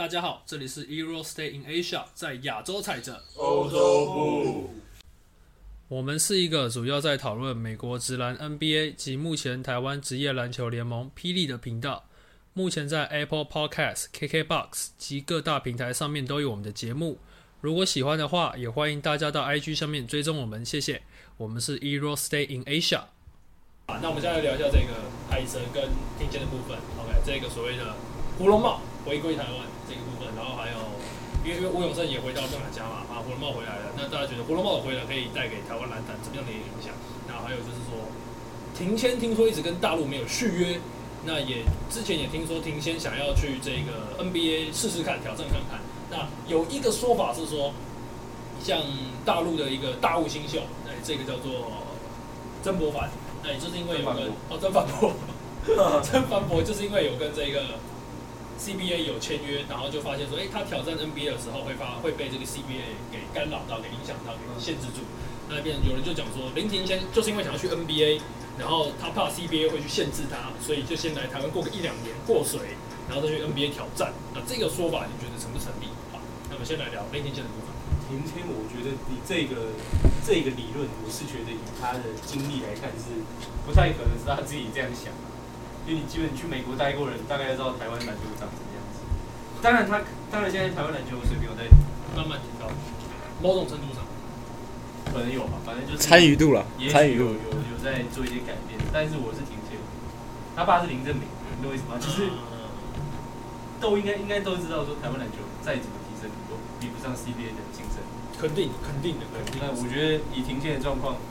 大家好，这里是 Euro Stay in Asia， 在亚洲踩着欧洲部。 我们是一个主要在讨论美国职篮 NBA 及目前台湾职业篮球联盟霹雳的频道。目前在 Apple Podcast、KKBox 及各大平台上面都有我们的节目。如果喜欢的话，也欢迎大家到 IG 上面追踪我们，谢谢。我们是 Euro Stay in Asia。那我们现在来聊一下这个海神跟听见的部分。OK， 这个所谓的胡篓帽回归台湾这个部分，然后还有因为吴永胜也回到梦想家嘛，胡篓帽回来了，那大家觉得胡篓帽的回来可以带给台湾篮坛怎么样的一个影响？然后还有就是说，庭谦听说一直跟大陆没有续约，那也之前也听说庭谦想要去这个 NBA 试试看，挑战看看。那有一个说法是说，像大陆的一个大物新秀，这个叫做曾博凡，那也就是因为有跟曾凡博，曾凡博就是因为有跟这个 CBA 有签约，然后就发现说，他挑战 NBA 的时候会被这个 CBA 给干扰到、给影响到、给限制住。那边有人就讲说，林庭谦就是因为想要去 NBA， 然后他怕 CBA 会去限制他，所以就先来台湾过个1-2年过水，然后再去 NBA 挑战。那这个说法你觉得成不成立？好，那我们先来聊林庭谦的部分。 庭谦，我觉得你这个理论，我是觉得以他的经历来看是不太可能是他自己这样想。因为你基本去美国待过人，大概就知道台湾篮球长什么样子。当然现在台湾篮球水平有在慢慢提高，某种程度上可能有吧，反正就是参与度了，参与度有在做一些改变。但是我是庭谦，他爸是林正明，你懂我意思吗？就是都应该都知道说台湾篮球再怎么提升，都比不上 CBA 的竞争。 肯定的。 那我觉得以庭谦的状况，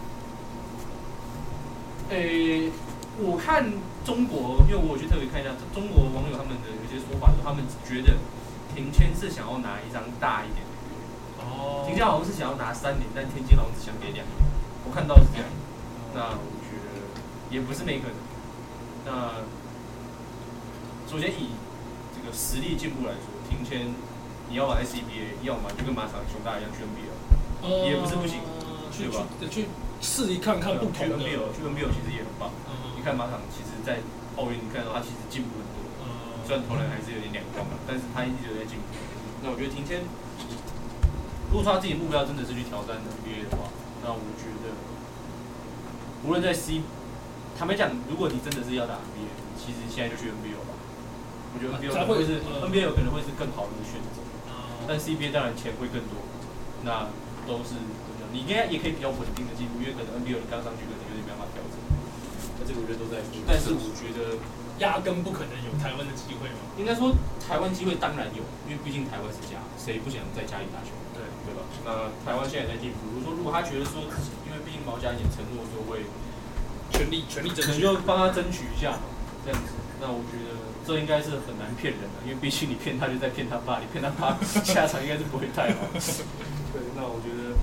我看中国，因为我去特别看一下中国网友他们的有些说法，他们觉得庭谦是想要拿一张大一点的约，庭谦好像是想要拿3年，但天津好像只想给2年，我看到是这样。那我觉得也不是没可能。那首先以这个实力进步来说，庭谦你要么在 CBA， 要么就跟马场雄大一样去 NBA， 也不是不行，对吧？ 去试一看看不同的。 去 NBA 其实也很棒。你看马场，其实，在奥运你看到他其实进步很多，虽然投篮还是有点两光，但是他一直有在进步。那我觉得庭谦，如果说他自己的目标真的是去挑战 NBA 的话，那我觉得无论在坦白讲，如果你真的是要打 NBA， 其实现在就去 NBA 吧。我觉得 NBA 会是 NBA 有可能会是更好的选择，但 CBA 当然钱会更多，那都是你应该也可以比较稳定的进步，因为可能 NBA 你刚上去可能有点没办法调整。那这个我觉得都在说，但是我觉得压根不可能有台湾的机会嘛。 应该说台湾机会当然有，因为毕竟台湾是家，谁不想在家里打球？对吧？那台湾现在在进步，如果他觉得说自己，因为毕竟毛家也承诺说会全力争取， 可能就帮他争取一下嘛，这样子。那我觉得这应该是很难骗人的，因为毕竟你骗他就在骗他爸，你骗他爸下场应该是不会太好。对，那我觉得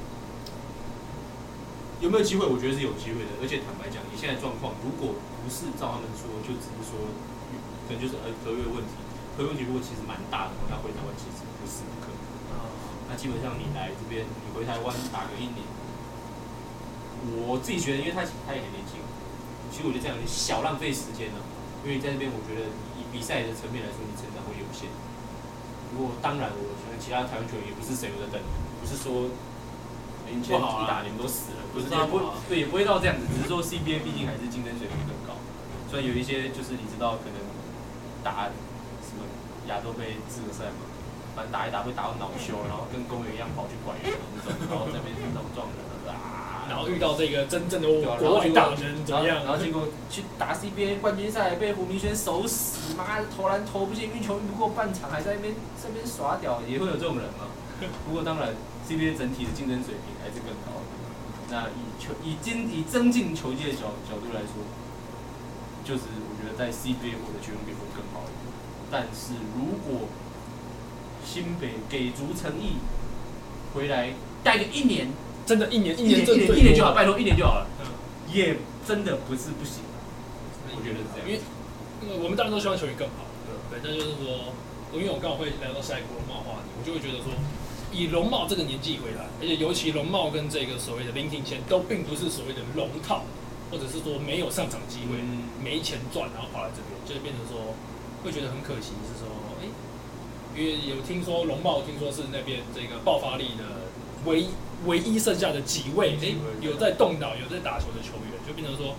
有没有机会？我觉得是有机会的，而且坦白讲，你现在状况如果不是照他们说，就只是说可能就是合约问题，合约问题如果其实蛮大的话，那回台湾其实不是不可能。那基本上你来这边，你回台湾打个1年，我自己觉得，因为他也很年轻，其实我觉得这样有点小浪费时间了。因为在这边，我觉得以比赛的层面来说，你成长会有限。不过当然，我相信其他台湾球员也不是谁都在等，不是说林谦一打你们都死了，不是也不会到这样子，只是说 CBA 毕竟还是竞争水平更高，所以有一些就是你知道可能打什么亚洲杯资格赛嘛，反正打一打会打到恼羞，然后跟公园一样跑去管人那种，然后在那边那种撞人然后遇到这个真正的国外大人怎么样？ 然后结果去打 CBA 冠军赛被胡明轩手死，妈的投篮投不进，运球运不过半场，还在那边耍屌，也会有这种人嘛。不过当然 CBA 整体的竞争水平还是更高的。那以增进球技的角度来说，就是我觉得在 CBA 或者去 NBA 会更好一点。但是如果新北给足诚意，回来带个1年。 真的一年就好，拜托1年就好了，也真的不是不行，我觉得是这样。 因为我们当然都希望球员更好，对，但就是说，因为我刚好会来到下一个容貌话题，我就会觉得说，以容貌这个年纪回来，而且尤其容貌跟这个所谓的林庭谦都并不是所谓的龙套，或者是说没有上场机会，没钱赚，然后跑来这边，就变成说会觉得很可惜，是说，因因为有听说龙茂，听说是那边这个爆发力的唯一剩下的几位，有在动脑、有在打球的球员，就变成说，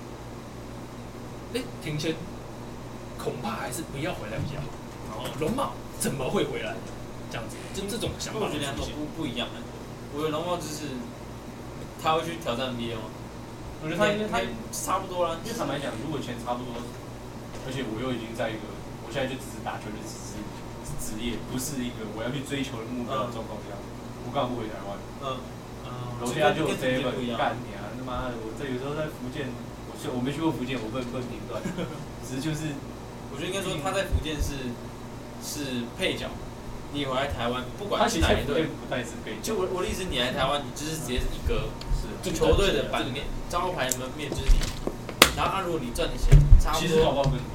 庭谦恐怕还是不要回来比较好。然后龙茂怎么会回来？这样子，就这种想法。 我觉得两种不一样的。我觉得龙茂就是他会去挑战 NBA 吗？ 我觉得他差不多啦。 因为坦白讲，如果钱差不多，而且我又已经在一个，我现在就只是打球，就只是职业，不是一个我要去追求的目标的状况下，我干嘛不回台湾？楼下就有 7 干你啊！他妈的，我这有时候在福建，我没去过福建，我不能评断。只是就是， 我觉得应该说他在福建是配角。你回来台湾，不管是哪一队， 不太是配角。 就我的意思，你来台湾，你就是直接是一个球队的版面、招牌门面就是你。然后如果你赚的钱差不多， 其实搞不好更多。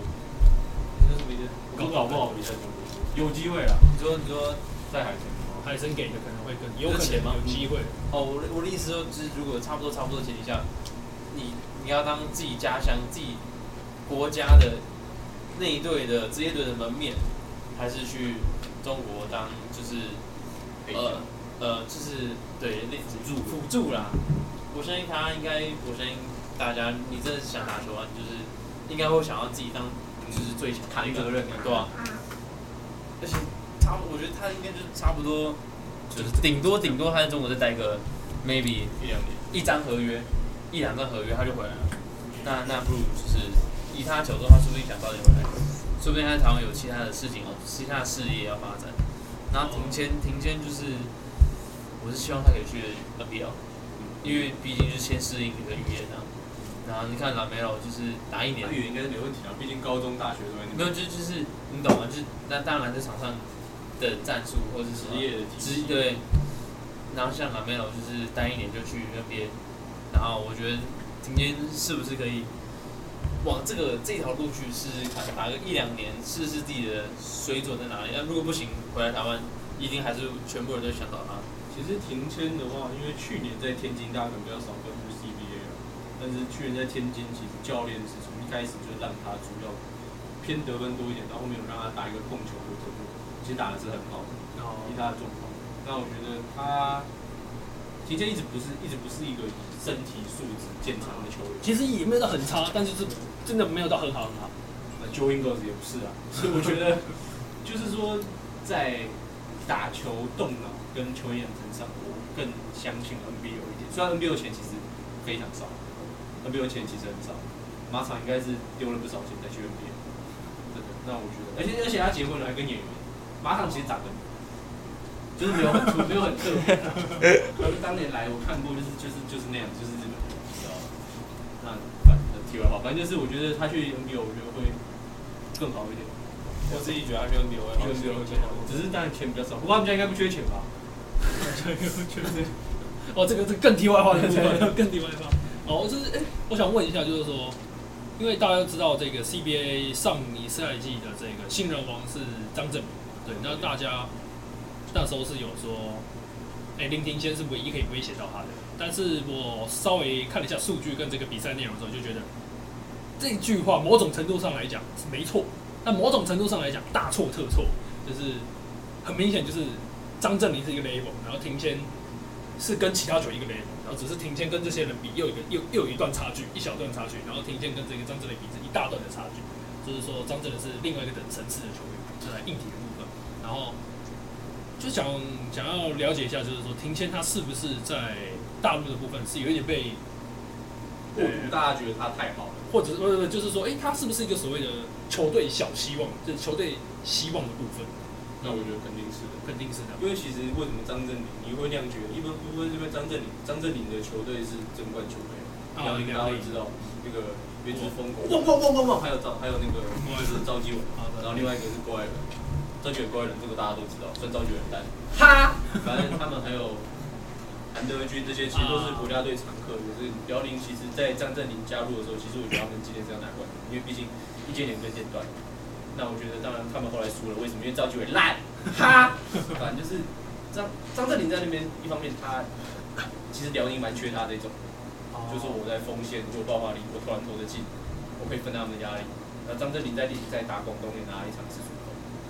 搞不好比赛更多，有机会啦。 你说在海参给的可能会更有可能吗？有机会。 我的意思说，就是如果差不多的前提下，你要当自己家乡、自己国家的那一队的职业队的门面，还是去中国当就是就是对辅助啦。我相信大家，你真的是想打球啊，就是应该会想要自己当就是最强扛责任， 对吧？而且我觉得他应该就是差不多，就是顶多他在中国再待个 maybe 1-2年，一张合约，1-2张合约他就回来了。那不如就是以他球速，他说不定想早点回来，说不定他在台湾有其他的事情其他的事业要发展。然后庭谦就是，我是希望他可以去 NBL， 因为毕竟就是先适应这个语言啊。然后你看拉梅罗就是打1年， 语言应该是没问题啊，毕竟高中、大学都在那边。 没有，就是你懂吗？就是那当然在场上的战术或者是职业的对。然后像拉梅罗就是待1年就去NBA，然后我觉得今天是不是可以往这条路去试试看，打个1-2年，试试自己的水准在哪里。那如果不行，回来台湾一定还是全部人都想到他。 其实庭谦的话，因为去年在天津，大家可能比较少关注 CBA 啊，但是去年在天津，其实教练是从一开始就让他主要偏得分多一点，然后后面有让他打一个控球的特质，其实打的是很好的，以他的状况。那我觉得庭谦一直不是一个以身体素质见长的球员， 其实也没有到很差，但是真的没有到很好。 Joe Ingles 也不是啊，所以我觉得就是说在打球动脑跟球员养成上，我更相信 NBL 一点。虽然 NBL 钱其实非常少 ，NBL 钱其实很少，马场应该是丢了不少钱才去 NBL。真的，那我觉得，而且他结婚了还跟演员，马场其实长得。就是没有很特别，可是当年来我看过，就是那样，就是日本人，知道吗？那反正题外话，反正就是我觉得他去 NBL 我觉得会更好一点。 我自己觉得他去 NBL 会更好， 只是当然钱比较少，不过他们家应该不缺钱吧？ 这个更题外话，更题外话。就是我想问一下，就是说，因为大家都知道这个 CBA 上一赛季的这个新人王是张振宇，对，那大家。那时候是有说，林庭谦是唯一可以威胁到他的。但是我稍微看了一下数据跟这个比赛内容之后，就觉得这句话某种程度上来讲是没错，但某种程度上来讲大错特错，就是很明显就是张镇麟是一个 level， 然后庭谦是跟其他球一个 level， 然后只是庭谦跟这些人比又有一段差距，一小段差距，然后庭谦跟这个张镇麟比是一大段的差距，就是说张镇麟是另外一个层次的球员，就在硬体的部分，然后。就想要了解一下，就是说庭谦他是不是在大陆的部分是有一点被过度，大家觉得他太好了， 或者就是说，他是不是一个所谓的球队小希望，就是球队希望的部分？ 那我觉得肯定是的， 肯定是的。 因为其实为什么张镇麟你会这样觉得？一部分是因为张镇麟的球队是争冠球队，大家都知道那个原子疯狗，汪，还有那个就是赵基文，然后另外一个是郭艾伦。赵基文、郭艾伦这个大家都知道，算赵基文蛋。哈，反正他们还有韩德君这些，其实都是国家队常客。就是辽宁，其实在张镇麟加入的时候，其实我觉得他们今年是要拿冠军，因为毕竟一届年更间断。那我觉得，当然他们后来输了，为什么？因为赵基文烂，哈，反正就是张镇麟在那边，一方面他其实辽宁蛮缺他这种，就是说我在锋线有爆发力，我突然投得进，我可以分担他们的压力。那张镇麟在打广东也拿了1场40分。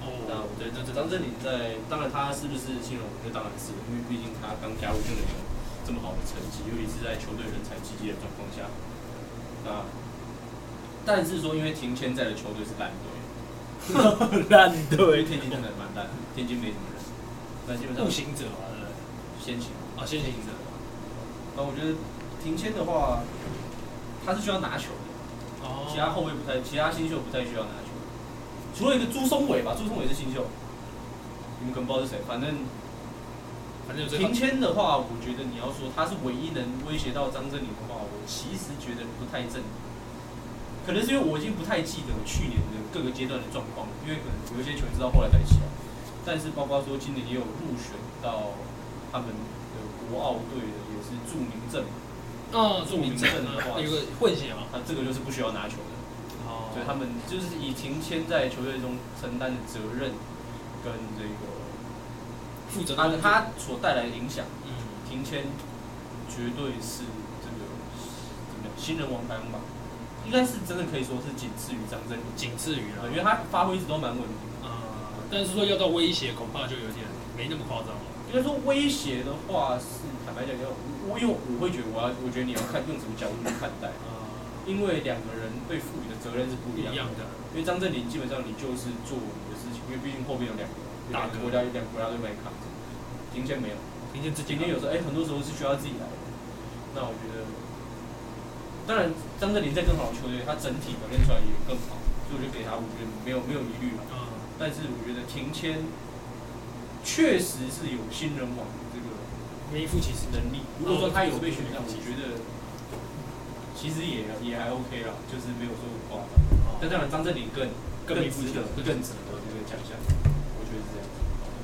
那我觉得张镇麟当然他是不是新人王，这当然是，因为毕竟他刚加入就能有这么好的成绩，尤其是在球队人才济济的状况下。那但是说，因为庭谦在的球队是烂队， 烂队， 天津真的蛮烂，天津没什么人。那基本上步行者嘛，对不对？ 先行啊，先行者。 那我觉得庭谦的话，他是需要拿球的，其他后卫不太，其他新秀不太需要拿球。除了一个朱松伟吧，朱松伟是新秀，你们可能不知道是谁，反正庭谦的话，我觉得你要说他是唯一能威胁到张镇麟的话，我其实觉得不太正。可能是因为我已经不太记得去年的各个阶段的状况，因为可能有一些球员知道后来才起来，但是包括说今年也有入选到他们的国奥队的，也是祝明正。祝明正的话， 有个混血嘛， 这个就是不需要拿球的。所以他们就是以庭谦在球队中承担的责任跟这个负责他所带来的影响，庭谦绝对是这个怎么样新人王排行榜，应该是真的可以说是仅次于张镇麟， 仅次于了， 因为他发挥一直都蛮稳定。 但是说要到威胁，恐怕就有点没那么夸张了。 应该说威胁的话是坦白讲，因为我会觉得我觉得你要看用什么角度去看待。因为两个人被赋予的责任是不一样的。因为张镇麟基本上你就是做你的事情，因为毕竟后面有两个国家队帮你扛着。庭谦没有，庭谦有时候很多时候是需要自己来的。那我觉得，当然张镇麟在更好的球队，他整体表现出来也更好，所以我就给他，我觉得没有疑虑了。但是我觉得庭谦确实是有新人王的这个名副其实能力。如果说他有被选上，我觉得。其实也还 OK 啦，就是没有说很夸张。但当然张镇麟更值得这个奖项，我觉得是这样。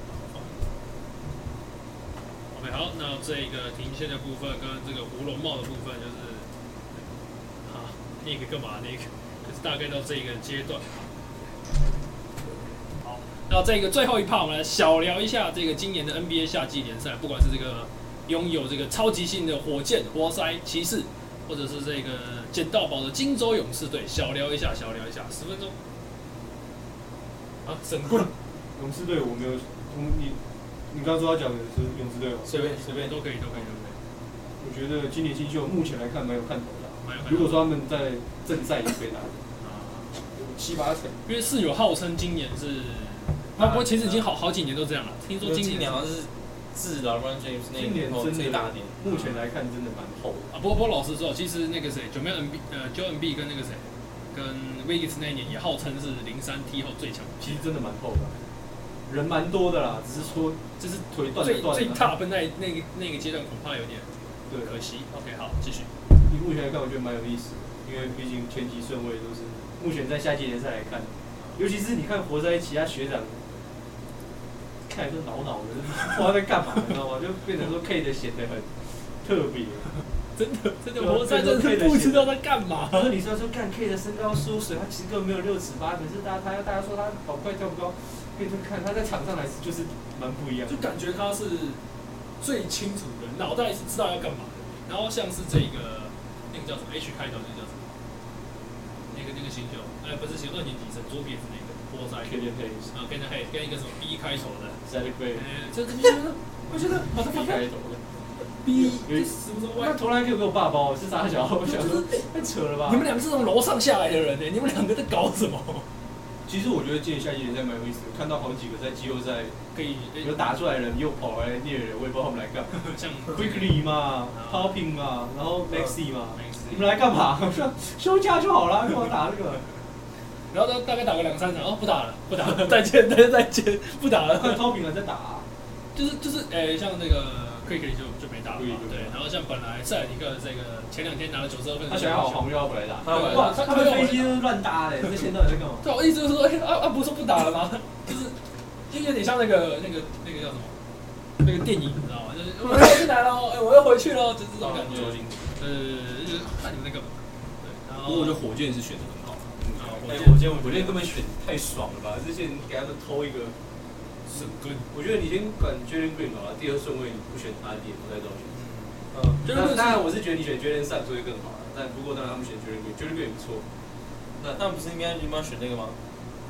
OK， 好，那这个庭谦的部分跟这个胡龙茂的部分就是那个干嘛？那个就是大概到这个阶段。好，那这个最后一趴，我们来小聊一下这个今年的 NBA 夏季联赛，不管是这个拥有这个超级性的火箭、活塞、骑士。或者是这个捡到宝的金州勇士队，小聊一下，10分钟。神棍， 勇士队我没有，你刚刚说要讲的是勇士队吗？ 随便都可以。 我觉得今年新秀目前来看蛮有看头的。如果说他们在正赛也可以拿7、8成， 因为室友号称今年是，不过其实已经好几年都这样了。听说今年好像是。自 LeBron James 那今年真的大年， 目前来看真的蛮厚的不过老实说，其实那个谁，Joel Embiid 跟那个谁，跟 Wiggins 那一年也号称是03 T 后最强。 其实真的蛮厚的，人蛮多的啦，只是说就是腿断最 top 那个阶段恐怕有点可惜。OK， 好，继续。 以目前来看，我觉得蛮有意思的，因为毕竟前几顺位都是目前在夏季联赛来看，尤其是你看活塞其他学长。看起来就挠的，不知道在干嘛，你知道吗？就变成说 K 的显得很特别， 真的，活塞真的不知道在干嘛。 可是你说干 K 的身高缩水，他其实根本没有6尺8，可是大家说他跑快跳不高，变成看他在场上来就是蛮不一样的， 就感觉他是最清楚的，脑袋是知道要干嘛的。然后像是这个那个叫什么 H 开头，那个叫什么？那个新秀，不是2年级生，左撇子那个。活塞 Killian Hayes， 跟一个什么 B 开头的 ，Saddiq Bey， 我觉得 B 开头的 B， 什么什么 Y， 他投篮给我爸包，是傻小，我想说太扯了吧？ 你们两个是从楼上下来的人你们两个在搞什么？ 其实我觉得今年夏季联赛蛮有意思的，看到好几个在季后赛可以有打出来的人，又跑来猎人，我也不知道他们来干嘛。 像 Quickly 嘛 ，Topping 嘛，然后 Maxey 嘛，你们来干嘛？休假就好了，干嘛打这个？ 然后大概打个2、3场，不打了，再见，不打了。 看 Topping 还在打， 就是像那个 Quickly 就没打了嘛，对。然后像本来塞尔提克这个前2天拿了92分， 他想要黄又要不来打， 他们飞机都乱搭嘞，这些到底在干嘛？ 对，我意思就是说，不是说不打了吗？就有点像那个叫什么？那个电影你知道吗？就是我要进来了，我要回去了，就是这种感觉。就是看你们那个。对，然后不过我觉得火箭是选的很好。火箭根本选太爽了吧！之前给他们偷一个神棍， 我觉得你先管 Jalen Green 好了，第2顺位你不选他，你也不太知道选谁。当然我是觉得你选 Jalen Suggs 会更好了，但不过当然他们选 Jalen Green 也不错。 那不是应该你们要选那个吗？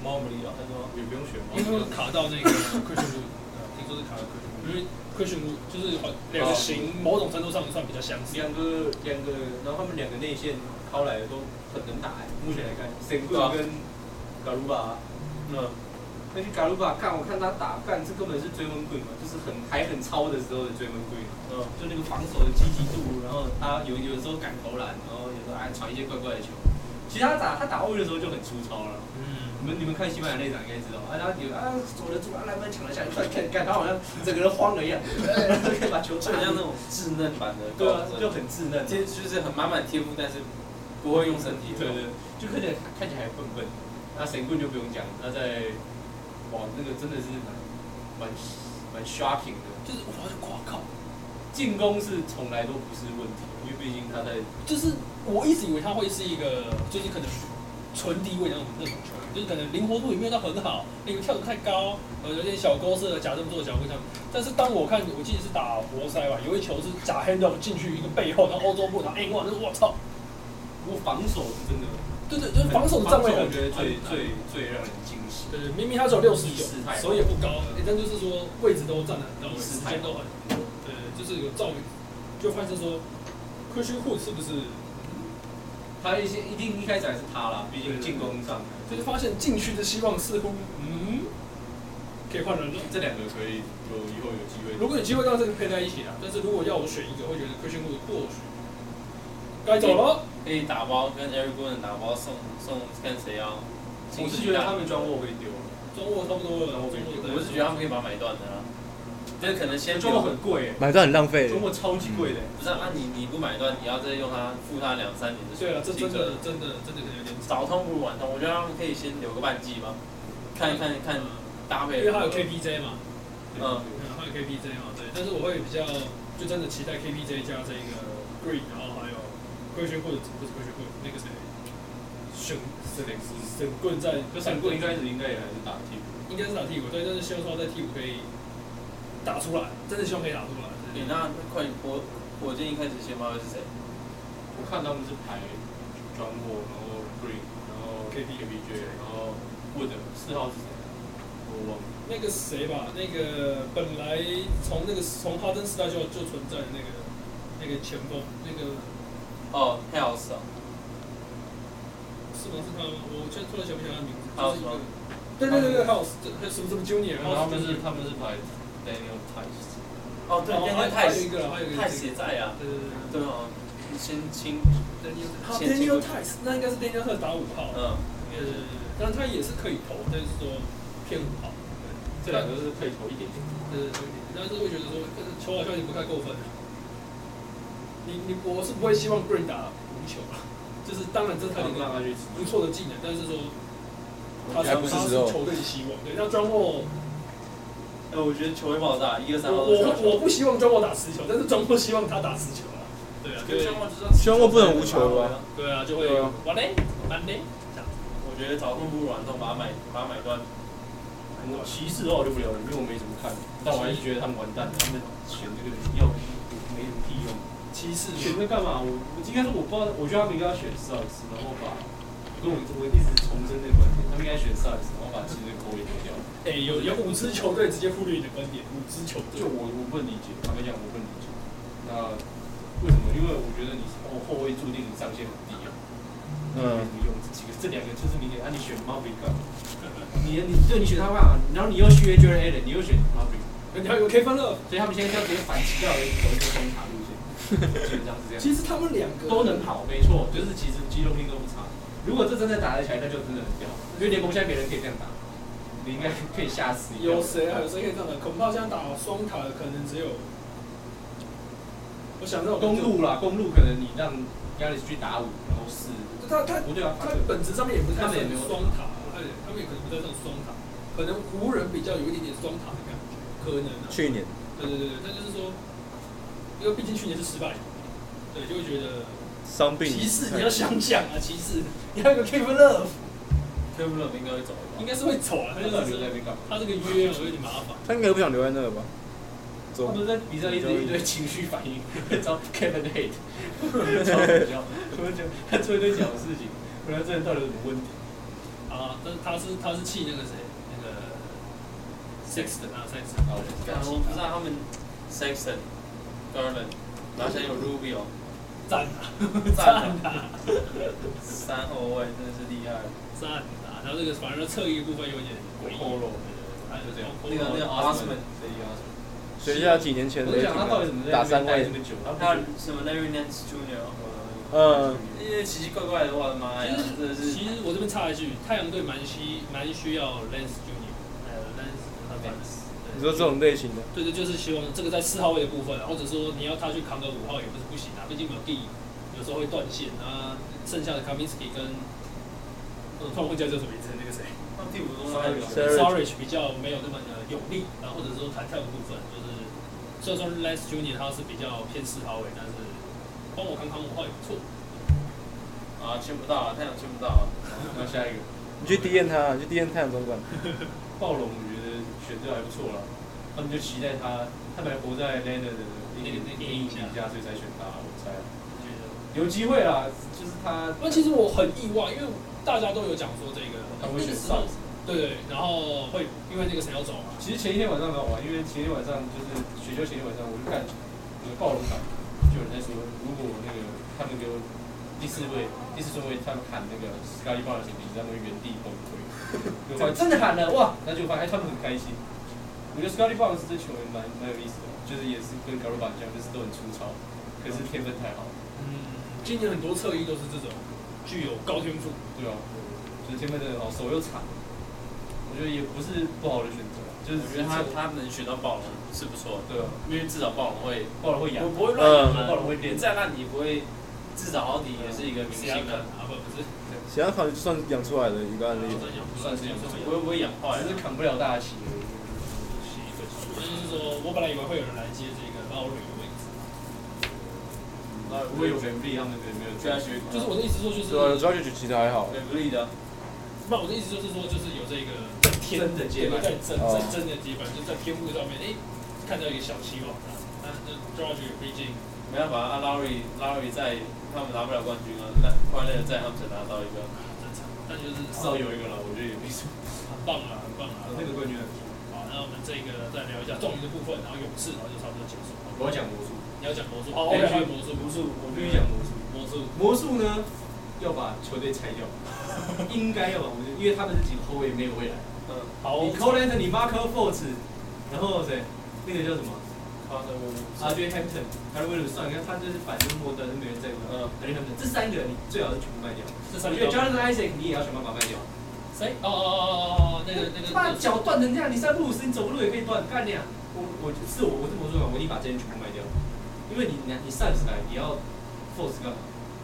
Mobley 啊，他说也不用选因为会卡到那个 Christian Wood， 听说是卡到 Christian Wood，因为 Christian Wood 就是两个型某种程度上算比较相似。 两个，然后他们两个内线靠来的都很能打目前来看 ，Sengun 跟 Garuba， 那去 Garuba 我看他打，这根本是追梦棍嘛，就是还很超的时候的追梦棍，就那个防守的积极度，然后他有时候敢投篮，然后有时候还传一些怪怪的球。其实他打奥运的时候就很粗糙了。你们看西班牙那场应该知道，他守得住，篮板抢了下来，看他好像整个人慌了一样，可以把球打。 就很像那种稚嫩版的。 对啊，就很稚嫩， 就是很满满天赋，但是不会用身体。 对，就看起来笨笨。那神棍就不用讲，他在那个真的是蛮 shocking 的， 就是哇靠， 进攻是从来都不是问题，因为毕竟他在。 就是我一直以为他会是一个，就是可能纯低位那种球员，就是可能灵活度也没有到很好，因为跳得太高，有点小勾射的假动作的脚步上。但是当我记得是打活塞吧，有一球是假 hand off 进去一个背后，然后欧洲步，然后哇，那我操！ 不过防守是真的。对， 就是防守的站位， 我觉得最让人惊喜。 对，明明他只有69，手也不高，但就是说位置都站得很到位，时间都很，对，就是有照，就发现说 Christian Wood 是不是？ 他一定一开始还是他啦，毕竟进攻上， 就是发现禁区的希望似乎，可以换人了。 这两个可以以后有机会。 如果有机会，当然这个配在一起啦。但是如果要我选一个，会觉得 Christian Wood 或许该走了。 可以打包跟 Eric Gordon 打包送看谁要。 我是觉得他们庄沃会丢， 庄沃差不多了。 我是觉得他们可以把它买断的啦。但是可能先庄沃很贵， 买断很浪费。 庄沃超级贵的。 不是啊，你不买断，你要再用它付他2-3年的。 对啊，这真的可能有点早通不如晚通。我觉得他们可以先留个半季吧，看搭配。 因为他有 KPJ 嘛。 他有 KPJ 嘛，对。但是我会比较就真的期待 KPJ 加这个 Green， 然后还有。Christian Wood 不是 Christian Wood， 那个谁，神棍在， 神棍应该也还是打替补， 应该是打替补，对，但是希望说在替补可以打出来，真的希望可以打出来。 那快火箭一开始先发会是谁？ 我看他们是排庄沃，然后 Green， 然后 KPJ， 然后 Wood 4号是谁？我忘了。 那个谁吧，那个本来从哈登时代就存在的那个前锋，那个。 House 是吗？是他吗？我现在突然想不起来他的名字。 House 吗？ 对 ，House， 什么 Junior， 然后他们是排 Daniel Tice。 对 ，Daniel Tice 还有一个 Tice 也在啊。对啊，先清 Daniel Tice， 那应该是 Daniel Tice 打5号。但他也是可以投，但是说偏5号。 这两个是可以投一点点。 对，但是会觉得说球好像也不太够分。我是不会希望 Green 打无球啦，就是当然这是他一个不错的技能，但是说他是球队的希望。对，那庄沃， 我觉得球会爆炸，1、2、3号。 我不希望庄沃打10球，但是庄沃希望他打10球啦。对啊， 庄沃不能无球了。 对啊，就会完嘞，完嘞。 我觉得早通不如晚通，把它买断。 骑士的话我就不聊了，因为我没怎么看，但我还是觉得他们完蛋了，他们选这个要没什么屁用。 骑士选这干嘛？我应该说我不知道，我觉得他们应该要选 Suggs， 然后把，我一直重申这个观点，他们应该选 Suggs， 然后把其实口也丢掉。 有5支球队直接忽略你的观点，5支球队。 就我不能理解，坦白讲我不能理解。那为什么？因为我觉得你后卫注定你上限很低啊。没什么用，这两个就是明显，你选 Maverick， 你选他嘛，然后你又续约 Jordan Allen， 你又选 Maverick， 你还有 Kevin Love， 所以他们现在要直接反其道而行，走一个双塔路线，基本上是这样。 其实他们两个都能跑，没错，就是其实机动性都不差。如果这真的打得起来，那就真的很屌。因为联盟现在没人可以这样打，你应该可以吓死。 有谁可以这样打？恐怕现在打双塔的可能只有，我想这种公路啦，公路可能你让Giannis去打5，然后4。他不对啊， 他本质上面也不太像双塔，他们也可能不太像双塔，可能湖人比较有一点点双塔的感觉，可能啊。 去年。 对，但就是说，因为毕竟去年是失败，对，就会觉得伤病。 骑士你要想想啊，骑士你还有个 Kevin Love。Kevin Love 应该会走吧？ 应该是会走啊，他就是留在那边干嘛？他这个约有点麻烦。 他应该不想留在那吧？ 他不是在比赛一堆情绪反应，找 Kevin Hate， 超搞笑。他做一堆小事情，不然这人到底有什么问题？ 啊，但是他是气那个谁，那个 Sexton 啊 Sexton。 我不知道他们 Sexton、Garland， 然后现在有 Rubio， 赞啊！ 赞啊！三后卫真的是厉害。 赞啊！然后这个反正侧翼部分有点诡异。 他就这样。 那个 Osman， 学一下几年前的我讲他到底怎么在打三位这，么久？ 还有什么 Larry Nance Jr.， 那些奇奇怪怪的，我的妈呀，真的是。 其实我这边插一句，太阳队蛮需要 Lance Jr. Lance。 你说这种类型的？ 对，就是希望这个在4号位的部分，或者说你要他去扛个5号也不是不行啊，毕竟McGee有时候会断线啊。剩下的 Kaminsky 跟突然忘记叫什么名字，那个谁？ 他们第5中 Sarich 比较没有那么的有力，然后或者说弹跳的部分，就是虽然说 Lance Jr. 他是比较偏4号位，但是帮我扛5号也不错。 啊，签不到啊，太阳签不到啊。 那下一个， 你去 DM 他，你去 DM 太阳总管。 暴龙我觉得选择还不错啦，他们就期待他本来活在 Leonard 的那个阴影底下，所以才选他，我猜。有机会啦，就是他。 那其实我很意外，因为大家都有讲说这个， 他会选上。 对，然后会因为那个谁要走嘛。 其实前一天晚上蛮好玩，因为前一天晚上就是选秀前一天晚上，我就看暴龙场，就有人在说，如果那个他们给我第4顺位，他们喊那个 Scottie Barnes 的名字，他们会原地崩溃。真的喊了哇！那就发现他们很开心。我觉得 Scottie Barnes 这球员蛮有意思的，就是也是跟 Garuba 一样，就是都很粗糙，可是天分太好。 今年很多侧翼都是这种具有高天赋。 对啊，就是天分真的好，手又长，我觉得也不是不好的选择。就是我觉得他能选到暴龙是不错的， 对啊， 因为至少暴龙会养， 不会乱养暴龙会练。 再烂你不会，至少奥迪也是一个明星啊， 不是。 其他考虑算养出来的一个案例， 算是养出来， 不会养坏， 只是扛不了大旗而已。 就是说我本来以为会有人来接这个Lowry的位置， 不会有 Bentley 他们可能没有。 就是我的意思说，就是对啊，主要就其实还好。 Bentley 的。 那我的意思就是说，就是有这个真的接班， 在真的接班，就在天赋上面，看到一个小希望。但是 George 毕竟没办法啊，Lowry 在他们拿不了冠军啊，那快乐在他们才拿到一个正常，但就是至少有一个了，我觉得也没什么。 很棒啊，很棒啊， 那个冠军很不错。 好，那我们这个再聊一下状元的部分，然后勇士，然后就差不多结束。 我要讲魔术， 你要讲魔术，哦，我讲魔术， 我必须讲魔术呢，要把球队拆掉，应该要把魔术，因为他们这几个后卫没有未来。 好， 你 Cole Anthony、Markel Fultz， 然后谁？那个叫什么？RJ Hampton、Harry Williams， 你看他就是反正莫德没人在乎。RJ Hampton 这3个你最好是全部卖掉。我觉得 Jonathan Isaac 你也要想办法卖掉。 谁？那个。 他脚断成这样，你3不5时你走路也可以断，干你啊！我是魔术员，我一定把这些全部卖掉。因为你 Suggs 来，你要 Fultz 干嘛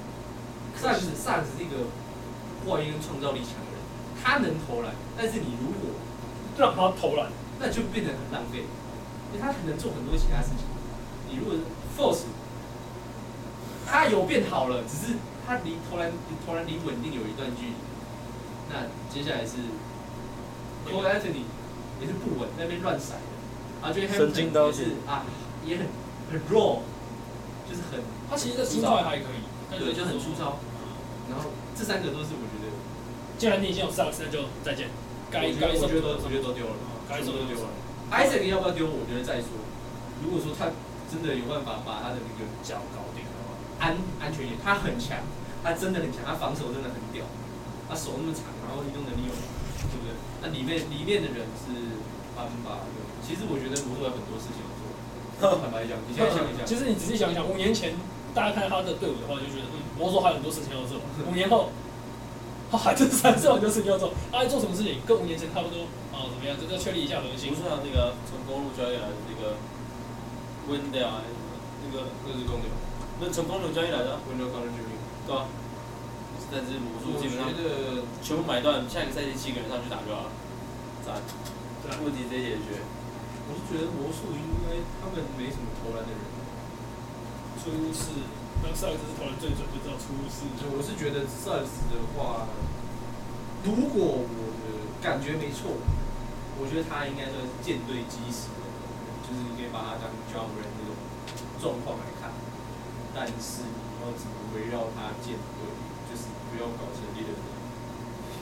？Suggs 是一个破坏力跟创造力强的人，他能投篮，但是你如果让他投篮， 那就变得很浪费。因为他能做很多其他事情。你如果是 Force， 他有变好了，只是他离投篮离稳定有一段距离。那接下来是 Cole Anthony 也是不稳，那边乱甩的。RJ Hampton 也是也很 raw， 就是很。 他其实粗糙还可以， 对，就很粗糙。然后这3个都是我觉得， 既然你已经有 Suggs， 那就再见。该我觉得都丢了， 该收都丢了。 Isaac 要不要丢？我觉得再说。如果说他真的有办法把他的那个脚搞定的话， 安全一点，他很强，他真的很强，他防守真的很屌，他手那么长，然后移动能力又好，对不对？那里面的人是班巴的，其实我觉得魔术有很多事情要做。坦白讲，你现在想一想， 其实你仔细想想，5年前大家看他的队伍的话，就觉得魔术还有很多事情要做。5年后，他还真是很多事情要做。他在做什么事情？跟5年前差不多。怎么样？这要确立一下核心。 不是那个从公路交易来的那个 Wendell 那个是公牛， 那从公路交易来的 Wendell Carter Jr. 对啊。但是魔术基本上全部买断，下一个赛季7个人上去打就好了。赞。问题直接解决。 我是觉得魔术应该他们没什么投篮的人。 出事，那上一次是投篮最准，就知道出事。 我是觉得 Suggs 的话，如果我的感觉没错。我觉得他应该算是舰队基石的，就是你可以把他当 John Moran 这种状况来看，但是你要怎么围绕他建队，就是不要搞成猎人。因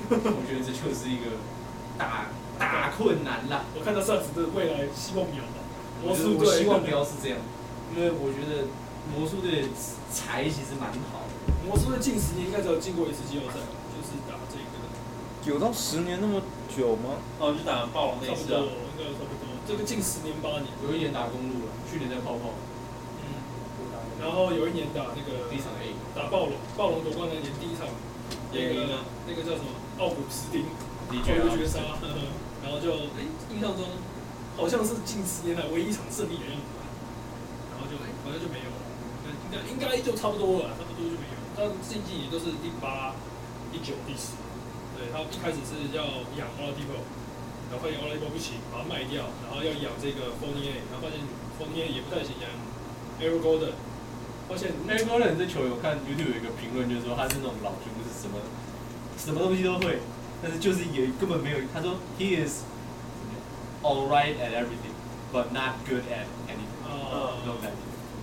我觉得这就是一个大困难啦。 我看到上次的未来希望渺茫。魔我术队希望不要是这样，因为我觉得魔术队的才其实蛮好的。 魔术队近10年应该只有进过一次季后赛吧，就是打这个。 有到10年那么久吗？ 哦，就打暴龙那差不一次啊多，。应该差不多。这个近10年8年。 有一年打公路了，去年在泡泡， 然后有一年打那个第一场 A， 打暴龙，暴龙夺冠那年第一场，那个叫什么奥古斯丁，绝杀，然后就印象中好像是近10年来唯一一场胜利的样子吧，然后就好像就没有了，应该就差不多了，差不多就没有。但近几年都是第8、第9、第10，对他一开始是要养 Oladipo， 然后发现 Oladipo 不行，把它卖掉，然后要养这个 Fournier， 然后发现 Fournier 也不太行，养 Aaron Gordon。发现 Aaron Gordon 这球有看 YouTube 有一个评论，就是说他是那种老军，就是什么东西都会，但是就是也根本没有。他说 He is all right at everything, but not good at anything。那种感觉。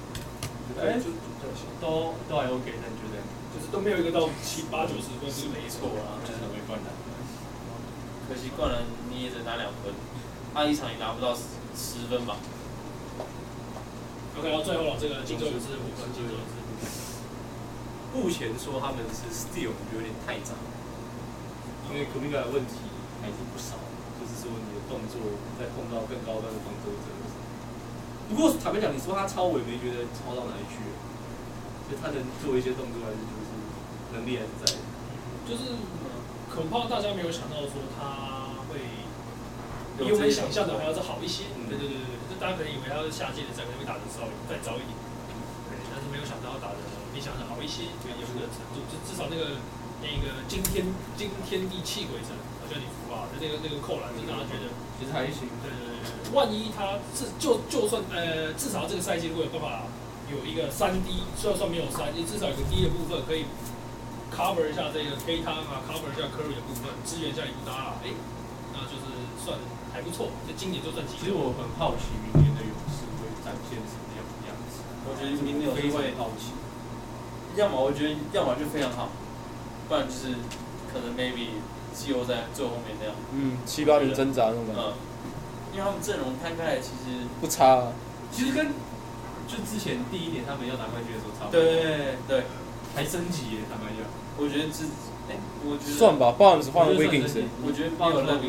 都还 OK， 但就这样， 就是都没有一个到7、8、90分是没错啊，就是很会灌篮。 可惜灌篮你也只拿2分，他一场也拿不到10分吧。 OK， 然后最后了，这个金州勇士5分，金州勇士。 目前说他们是 steal 有点太早，因为 Kuminga 的问题还是不少，就是说你的动作在碰到更高端的防守者。不过坦白讲，你说他超，我也没觉得超到哪里去，就他能做一些动作，还是就是能力还是在。 就是恐怕大家没有想到说他会比我们想象的还要再好一些。对，就大家可能以为他是下届的赛可能会打得稍微再早一点，对，但是没有想到打得比想象好一些，有这个程度，就至少那个惊天地泣鬼神，好像你服啊，那个扣篮，就让他觉得其实还行。 对，万一他就算至少这个赛季如果有办法有一个3D，虽然没有3D，至少有个 D 的部分可以 cover 一下这个 K 汤啊 ，cover 一下 Curry 的部分，支援一下伊布达拉，那就是算还不错。这今年就算其实我很好奇明年的勇士会展现什么样的样子。 我觉得明年有机会， 好奇。 要么我觉得要么就非常好，不然就是可能 maybe 季后赛最后面那样。 7、8名挣扎那种感觉。 因为他们阵容摊开来其实不差啊。 其实跟就之前第1年他们要拿冠军的时候差不多。 对， 还升级耶，坦白讲。 我觉得我觉得算吧 ，Barnes 换了 Wiggins。 我觉得没有那个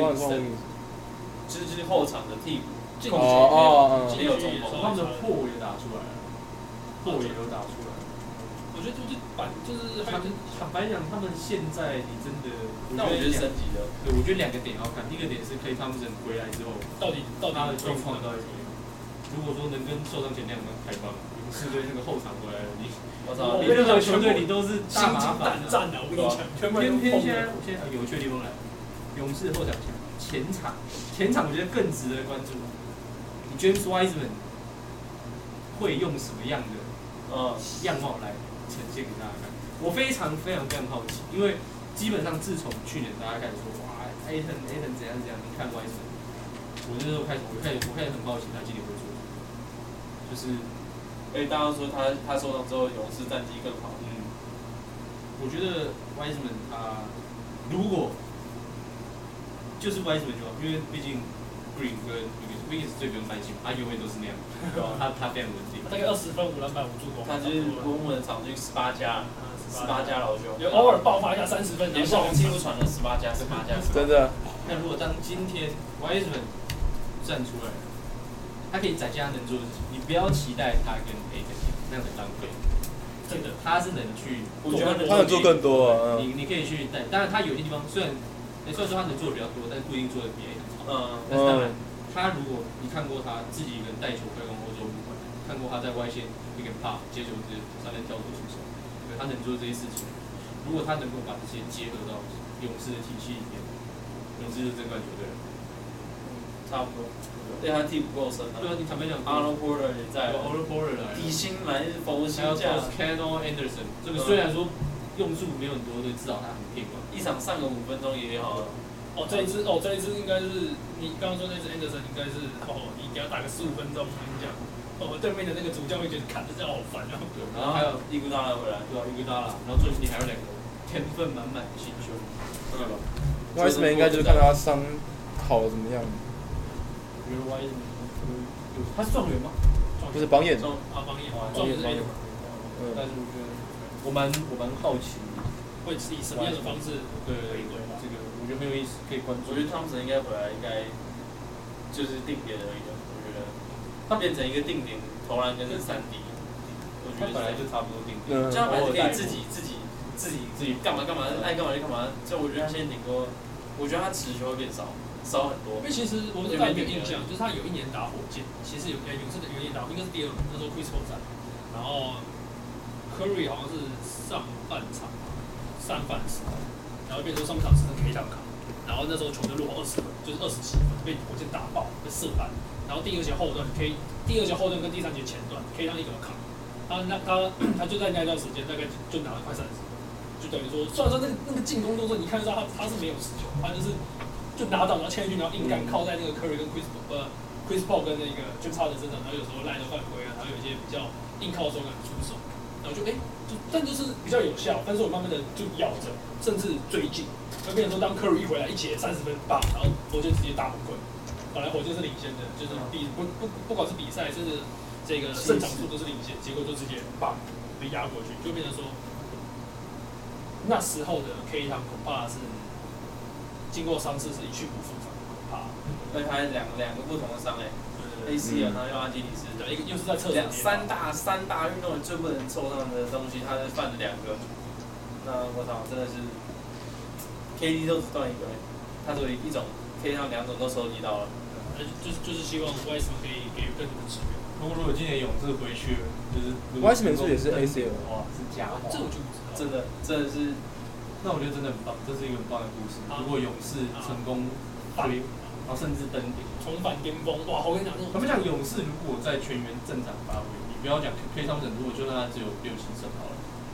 就是后场的替补。 没有中锋， 他们的破也打出来了，破也有打出来。 我觉得就是坦白讲，他们现在你真的， 那我觉得升级的。 对，我觉得2个点要看，第一个点是Klay Thompson回来之后， 到底他的状况到底怎么样？如果说能跟受伤前那样，那太棒了。勇士队那个后场回来了，我操，任何球队你都是心惊胆战的，我跟你讲， 偏现在有趣的地方来了，勇士后场强，前场我觉得更值得关注。你 James Wiseman 会用什么样的样貌来呈现给大家看？我非常好奇，因为基本上自从去年大家开始说哇 Ayton 怎样，你看 Wiseman， 我那时候开始很好奇他今年会做什么，就是大家说他受伤之后勇士战绩更好。 我觉得 Wiseman 他如果就是 Wiseman 就好，因为毕竟 Green 跟 Wiggins 最不用担心，他永远都是那样，他非常稳定。 大概20分5篮板5助攻。 他就是稳稳的场均18加老兄， 有偶尔爆发一下30分， 连暴龙纪录传了18加。 真的。 那如果当今天 Wiseman 站出来，他可以展现他能做的事情，你不要期待他跟 Ayton 那样的浪费。真的，他是能去， 我觉得他能做更多啊。 你可以去带，当然他有些地方虽然说他能做的比较多，但不一定做的比 Ayton 好。但是当然，他如果你看过他自己一个人带球快攻欧洲五冠，看过他在外线一个 pop 接球直接上面跳投出手，他能做这些事情。如果他能够把这些结合到勇士的体系里面，勇士就是争冠球队了。 差不多。对他替补够深了。 对啊，你坦白讲 ，Otto Porter 也在 ，Otto Porter 来了， 底薪来是佛心价。 还有 Toscano Anderson， 这个虽然说用数没有很多，但至少他很骗嘛。 一场上个5分钟也好。 这一支应该是你刚刚说那支 Anderson 应该是你给他打个15分钟，我跟你讲，对面的那个主将会觉得看着这样好烦啊。 对，然后还有伊古达拉回来， 对啊，伊古达拉，然后最近你还有2个天分满满的新秀，对吧 ？Wiseman 应该就是看他伤好了怎么样。 我觉得 Wiseman 他是状元吗？ 不是榜眼。 榜眼， 状元。 但是我觉得我蛮好奇， 会以什么样的方式对这个我觉得很有意思，可以关注。 我觉得汤姆森应该回来应该就是定点而已的，我觉得他变成一个定点投篮跟3D，我觉得本来就差不多定点， 这样还是可以自己干嘛爱干嘛就干嘛。就我觉得他现在顶多，我觉得他持球会变少很多。 因为其实我们有一个印象，就是他有一年打火箭，其实勇士有一年打，应该是第2轮，那时候 Chris Paul 在，然后 Curry 好像是上半场3犯10，然后变成说上半场只剩 K 档卡，然后那时候球队落后20分，就是20几分，被火箭打爆，被射烂，然后第2节后段跟第3节前段 K 档一个卡，他就在那一段时间大概就拿了快30分，就等于说，虽然说那个进攻动作你看得到他是没有持球，他就拿到然后切进去，然后硬干靠在那个 Curry 跟 Chris Paul 跟那个 James Harden 身上，然后有时候赖着犯规啊，然后有一些比较硬靠手感出手，然后但就是比较有效，但是我慢慢的就咬着，甚至追进，就变成说当 Curry 一回来一节30分棒，然后火箭直接大崩溃。本来火箭是领先的，就是不管是比赛甚至这个胜场数都是领先，结果就直接棒被压过去，就变成说那时候的 K 堂恐怕是经过伤势是一去不复返，恐怕。 而且还两个不同的伤ACL 然后又阿基里斯， 对，又是在侧手。 三大运动员最不能受伤的东西，他犯了2个。那我操，真的是 KD 都只断1个，他作为一种可以让2种都收集到了。 就是希望 Wiseman 可以给予更多的支援。 如果今年勇士回去了，就是 Wiseman 是也是 ACL 的话，是假话。 这我就不知道。 真的是， 那我觉得真的很棒，这是一个很棒的故事。如果勇士成功追，然后甚至登顶， 重返巅峰，哇！我跟你讲， 他们讲勇士如果在全员正常发挥，你不要讲 K 汤普森，如果就让他只有6-7胜好了，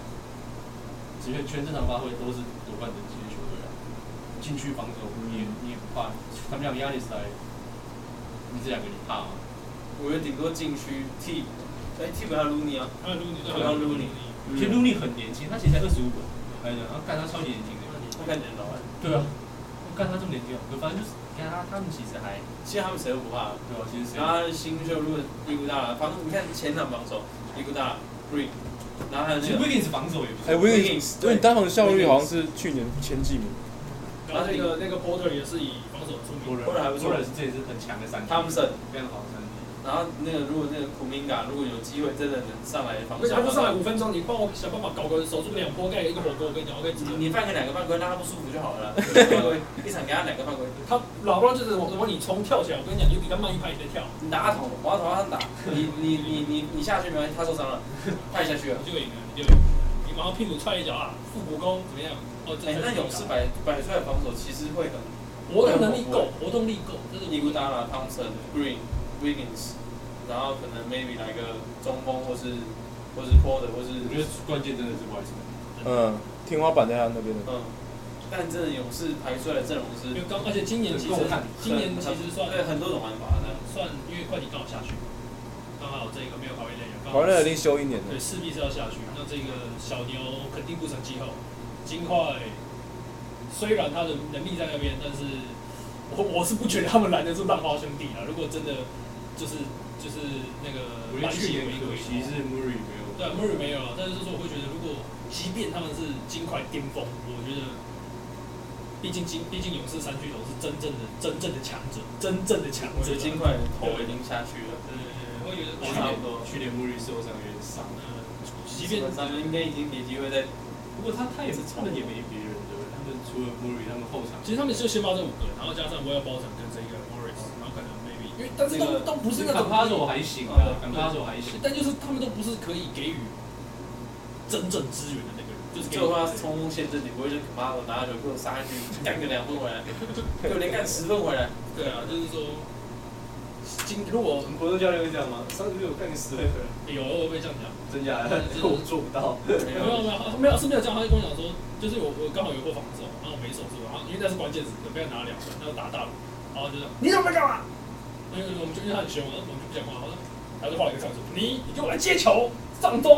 全正常发挥都是夺冠等级的球队啊。禁区防守你也不怕，他们讲亚历斯来，你这2个你怕吗？ 我觉得顶多禁区替补还有卢尼啊， 还有卢尼， 其实卢尼很年轻，他其实才25吧，然后干他超级年轻的， 他看起来老。 对啊，干他这么年轻，反正就是你看他们其实他们谁都不怕， 对啊，其实谁。 然后他的新秀如果伊古达拉你看前场防守伊古达拉 Green， 然后还有那个 Wiggins 防守也不错。 Wiggins， 对，单防效率好像是去年前几名。 然后那个 Porter 也是以防守出名 ，Porter 还不错， 这也是很强的3 Thompson 非常好的3 然后如果那个库明嘎如果有机会真的能上来防守， 他就上来5分钟，你帮我想办法搞个守住2波盖一个火锅，我跟你讲，我跟你讲， 你犯个2个犯规，让他不舒服就好了。一场给他2个犯规， 他老不然就是我你冲跳起来，我跟你讲，你比他慢1拍你再跳， 你打头，我要投他打，你下去没关系，他受伤了，他也下去了， 你就赢了，你马上屁股踹一脚啊，复古功怎么样？ 那勇士摆出来的防守其实会很活动力够，这是伊古达拉、Thompson、Green、Wiggins， 然后可能 maybe 来个中锋或是 Porter 或是。 我觉得关键真的是 Wiseman。 天花板在他那边的。 但真的勇士排出来的阵容是。 而且今年其实算对很多种玩法的， 算因为快艇刚好下去，刚好这个没有考虑内容， 考虑一定休1年的。 对，势必是要下去。那这个小牛肯定不成气候，金块虽然他的能力在那边，但是我是不觉得他们拦得住浪花兄弟啊。如果真的就是那个蓝血玫瑰， 其实 Murray 没有。 对 ，Murray 没有了，但是就是说我会觉得，如果即便他们是金块巅峰，我觉得，毕竟勇士3巨头是真正的强者，我觉得金块头已经下去了。 对，我觉得差不多。 去年 Murray 受伤有点伤， 即便他们应该已经没机会再。 不过他也是，他们也没别人，对不对？他们除了 Murray，他们后场。 其实他们就先发这5个，然后加上Will Barton跟这个 Morris， 然后可能 maybe， 因为但是都不是那种。 卡手还行啊，卡手还行。 但就是他们都不是可以给予真正支援的那个人，就是最后他是冲锋陷阵，你不会就卡手拿球给我杀下去，干个2分回来，给我连干10分回来。 对啊，就是说，如果国中教练会这样吗？36干个10分回来。 有我会这样讲， 真假的？我做不到。 没有是没有这样，他就跟我讲说，就是我刚好有过防守，然后我没守住，然后因为那是关键时刻，被他拿2分，他就打大陆，然后就说你怎么没干嘛？因为我们就因为他很凶，我们就不讲话，他就画了一个战术，你给我来接球上中，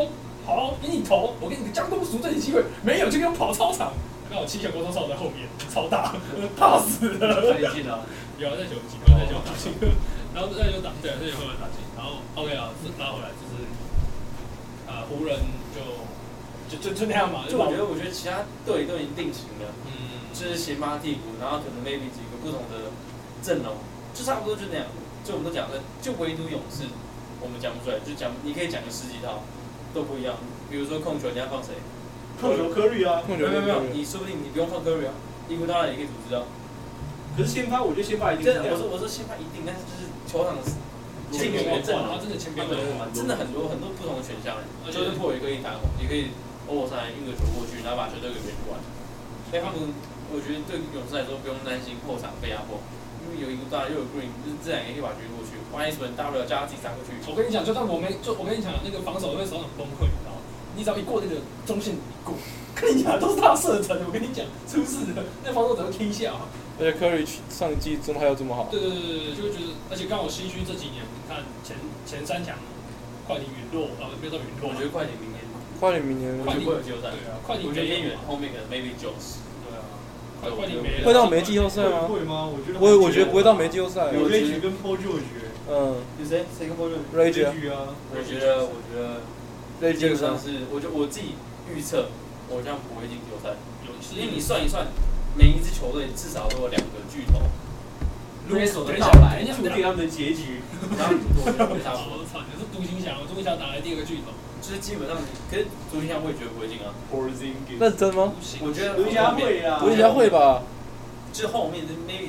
好，给你投，我给你个江东赎罪的机会，没有就给我跑操场。刚好七强国中操在后面，超大，怕死了。 太近了， 有在球进，在球打进，然后在球打，对，在球后面打进，然后 OK 啊，拉回来就是湖人就那样嘛。 就我觉得其他队都已经定型了，就是先发替补，然后可能 maybe 几个不同的阵容，就差不多就那样。就我们都讲的，就唯独勇士，我们讲不出来，就讲你可以讲个十几套都不一样。比如说控球你要放谁？ 控球科瑞啊， 没有，你说不定你不用放科瑞啊，伊古达也可以组织啊。 可是先发，我觉得先发一定是这样。 我说先发一定，但是就是球场进攻的阵容， 他真的前面真的很多不同的选项，就是破也可以弹簧，也可以欧赛运个球过去，然后把球队给圆过来。所以他们，我觉得对勇士来说不用担心后场被压迫，因为有一个大又有 Green，就是自然也可以把球过去。Wiseman 大不了叫他自己杀过去。 我跟你讲，就算我跟你讲，那个防守会手很崩溃，你知道吗？你只要一过那个中线，一过，跟你讲都是他射程，我跟你讲出事了，那防守只会踢一下。 而且 Curry 上一季真的还有这么好？ 对，就会觉得，而且刚好西区这几年，你看前三强，快艇陨落，没有到陨落。 我觉得快艇明年快艇会有季后赛。 对啊，快艇我觉得边缘后面可能 maybe 90。 对啊，快艇没了。 会到没季后赛吗？ 会吗？我觉得我觉得不会到没季后赛。 有 Rage 跟 Paul George。 有谁跟 Paul George？Rage 啊。 我觉得 Rage 基本上是，我自己预测，我这样不会进季后赛。因为你算一算，每一支球队至少都有2个巨头。 路手的到来， 注定他们的结局。 然后我操，你是独行侠，独行侠打来第2个巨头， 就是基本上，可是独行侠我也觉得不会进啊。 认真吗？ 我觉得独行侠会啊， 独行侠会吧？ 就是后面是 maybe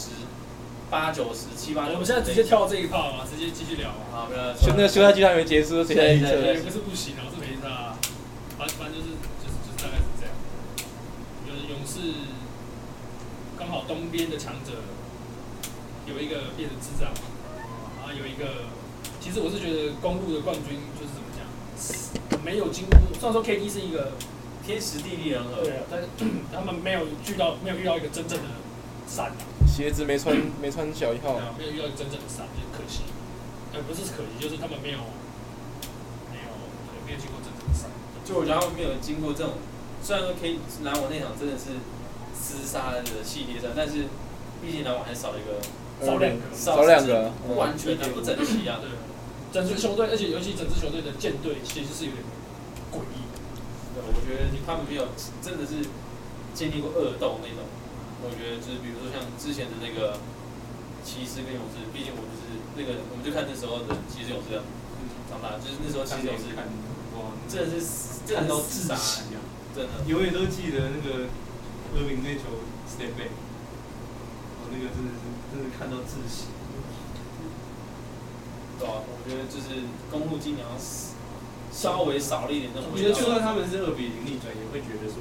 98、90、78。 我们现在直接跳到这一趴嘛，直接继续聊啊。 好，不要。 那个休赛季还没结束，谁在预测？ 也不是不行啊，是没差。反正就是大概是这样。就是勇士刚好东边的强者有一个变成智障，然后有一个，其实我是觉得公路的冠军就是怎么讲，没有经过，虽然说 KD 是一个天时地利人和， 对啊，但是他们没有遇到一个真正的伞， 鞋子没穿小1号， 没有遇到一个真正的伞，就是可惜，不是可惜，就是他们没有经过真正的伞。 就我觉得他们没有经过这种，虽然说篮网那场真的是厮杀的系列赛，但是毕竟篮网还少一个。 少2 个， 不完全的不整齐啊。 对，整支球队，而且尤其整支球队的舰队其实是有点诡异。 对，我觉得他们没有真的是经历过恶斗那种。我觉得就是比如说像之前的那个骑士跟勇士，毕竟我就是那个，我们就看那时候的骑士勇士长大，就是那时候骑士勇士真的是看到自杀，真的。 永远都记得那个厄文那球 step back。那个真的是看到窒息。 对啊，我觉得就是公路今年要稍微少了一点那种。 我觉得就算他们是2-0逆转，也会觉得说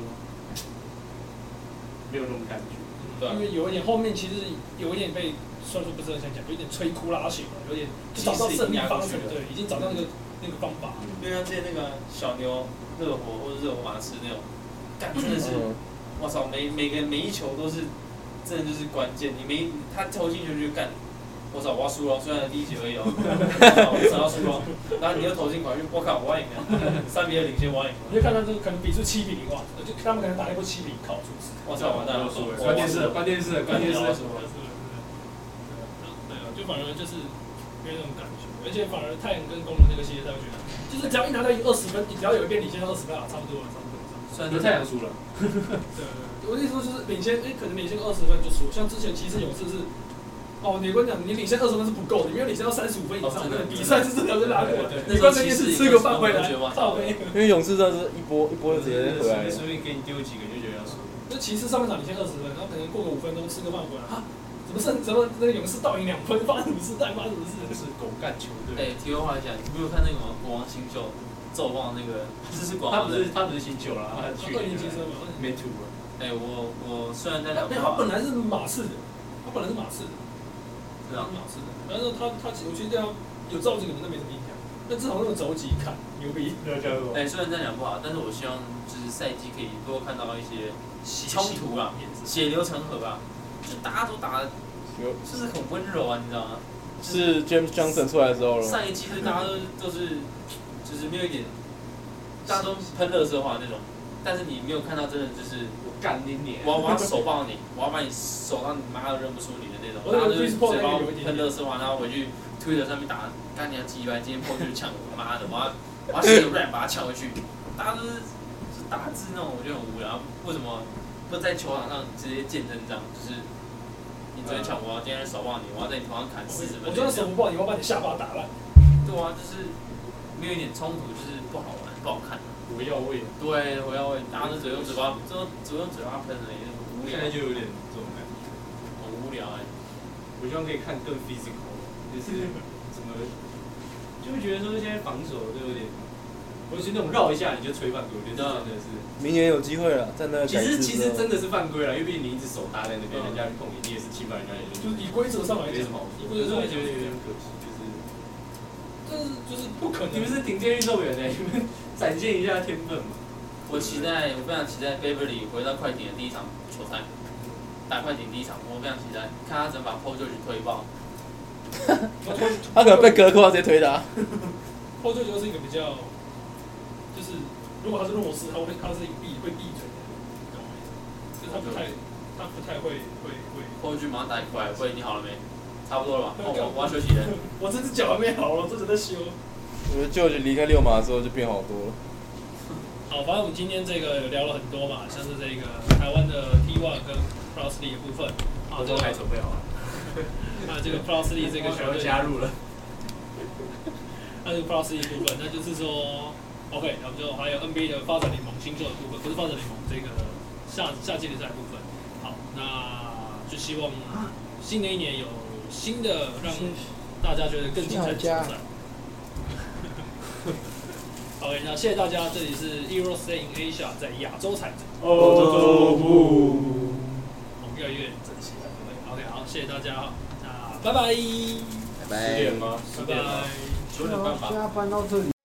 没有那种感觉。 对啊。 因为有一点后面其实有一点被，虽然说不是很想讲，有点摧枯拉朽了，有点找到胜利方程，对，已经找到那个方法。 因为像之前那个小牛、热火或者热火马刺那种，干真的是，我操，每一球都是。真的就是关键，他投进球就干，我操，我要输了，虽然第1节而已哦，我操，要输了，然后你又投进款，我靠，我要赢了，3-2领先，我要赢了。 你就看到这个可能比出7-0，哇，就他们可能打一波7-0，靠，出事。 我操，完蛋了， 关键是， 对啊，就反而就是没有那种感觉，而且反而太阳跟公鹿那个系列赛，我觉得就是只要一拿到20分，你只要有一边领先到20分啊，差不多了。 虽然说太阳输了， 对，我的意思说就是领先，可能领先20分就输。像之前骑士勇士是，你跟我讲，你领先20分是不够的，你要领先到35分以上，比赛是真的是拉过来。你关键是吃个饭回来，倒杯。 因为勇士真的是一波就直接回来， 随便给你丢几个就觉得要输。 就骑士上半场领先20分，然后可能过个5分钟吃个饭回来，怎么那个勇士倒赢2分，发生什么事？发生什么事？ 就是狗干球队。 题外话来讲，你没有看那个吗？国王新秀奏放那个，这是国王他不是新秀啦，他去年没土了。 我虽然在讲， 他本来是马刺的，是啊，马刺的。但是他我觉得这样有造这个人都没什么印象，但至少那个肘击看牛逼。 虽然这样讲不好，但是我希望就是赛季可以多看到一些冲突啦，血流成河啊，就大家都打的，就是很温柔啊，你知道吗？ 是 James Johnson 出来的时候了。 上一季是大家都是就是没有一点大家都喷热色话那种，但是你没有看到真的就是我干你脸， 我要手抱你，我要把你手到你妈都认不出你的那种，大家就是嘴巴喷热色话，然后回去推特上面打，干你要鸡掰，今天破就是抢我妈的，我要写个 rap 把它抢回去，大家都是打字那种，我觉得很无聊。为什么不在球场上直接见真章？就是你昨天抢我，今天手抱你，我要在你头上砍40分。 我就算手不抱你，我把你下巴打烂。 对啊，就是没有一点冲突，就是不好玩，不好看。 火药味。 对，火药味，大家都只用嘴巴喷而已，很无聊。 现在就有点这种感觉， 很无聊哎。 我希望可以看更 physical， 就是怎么，就会觉得说现在防守就有点。尤其那种绕一下你就吹犯规，我觉得真的是。 明年有机会了，在那个其实真的是犯规了，因为毕竟你一只手搭在那边，人家去碰你，你也是侵犯人家的。 就是以规则上来讲， 以规则上来讲，觉得有点可惜， 就是不可能。 你们是顶尖运动员你们展现一下天分嘛。 我非常期待 Beverly 回到快艇的第一场球赛，打快艇第一场，我非常期待，看他怎么把 Paul George 推爆。 他可能被隔扣直接推他。 Paul George 是一个比较。就是如果他是弱势，他是会闭嘴的，懂吗？就是他不太会。 后续马上打一块，喂，你好了没？差不多了吧？我要休息了。 我这只脚还没好了，这只在修。 我觉得舅舅离开六马之后就变好多了。 好，反正我们今天这个有聊了很多嘛，像是这个台湾的 T1 跟 Plus League 的部分。 啊，这个还准备好了。 那这个 Plus League 这个球队加入了。 那这个 Plus League 部分，那就是说。OK， 然后就还有 NBA 的发展联盟新秀的部分，不是发展联盟这个夏季联赛的部分。好，那就希望新的一年有新的让大家觉得更精彩的球赛。OK， 那谢谢大家，这里是 Eurostay in Asia 在亚洲采整。 欧部。 我们越来越整齐了，对不对 ？OK， 好，谢谢大家，那拜拜。 拜拜。 10点吗？ 拜拜。 9点半吧。 现在搬到这里。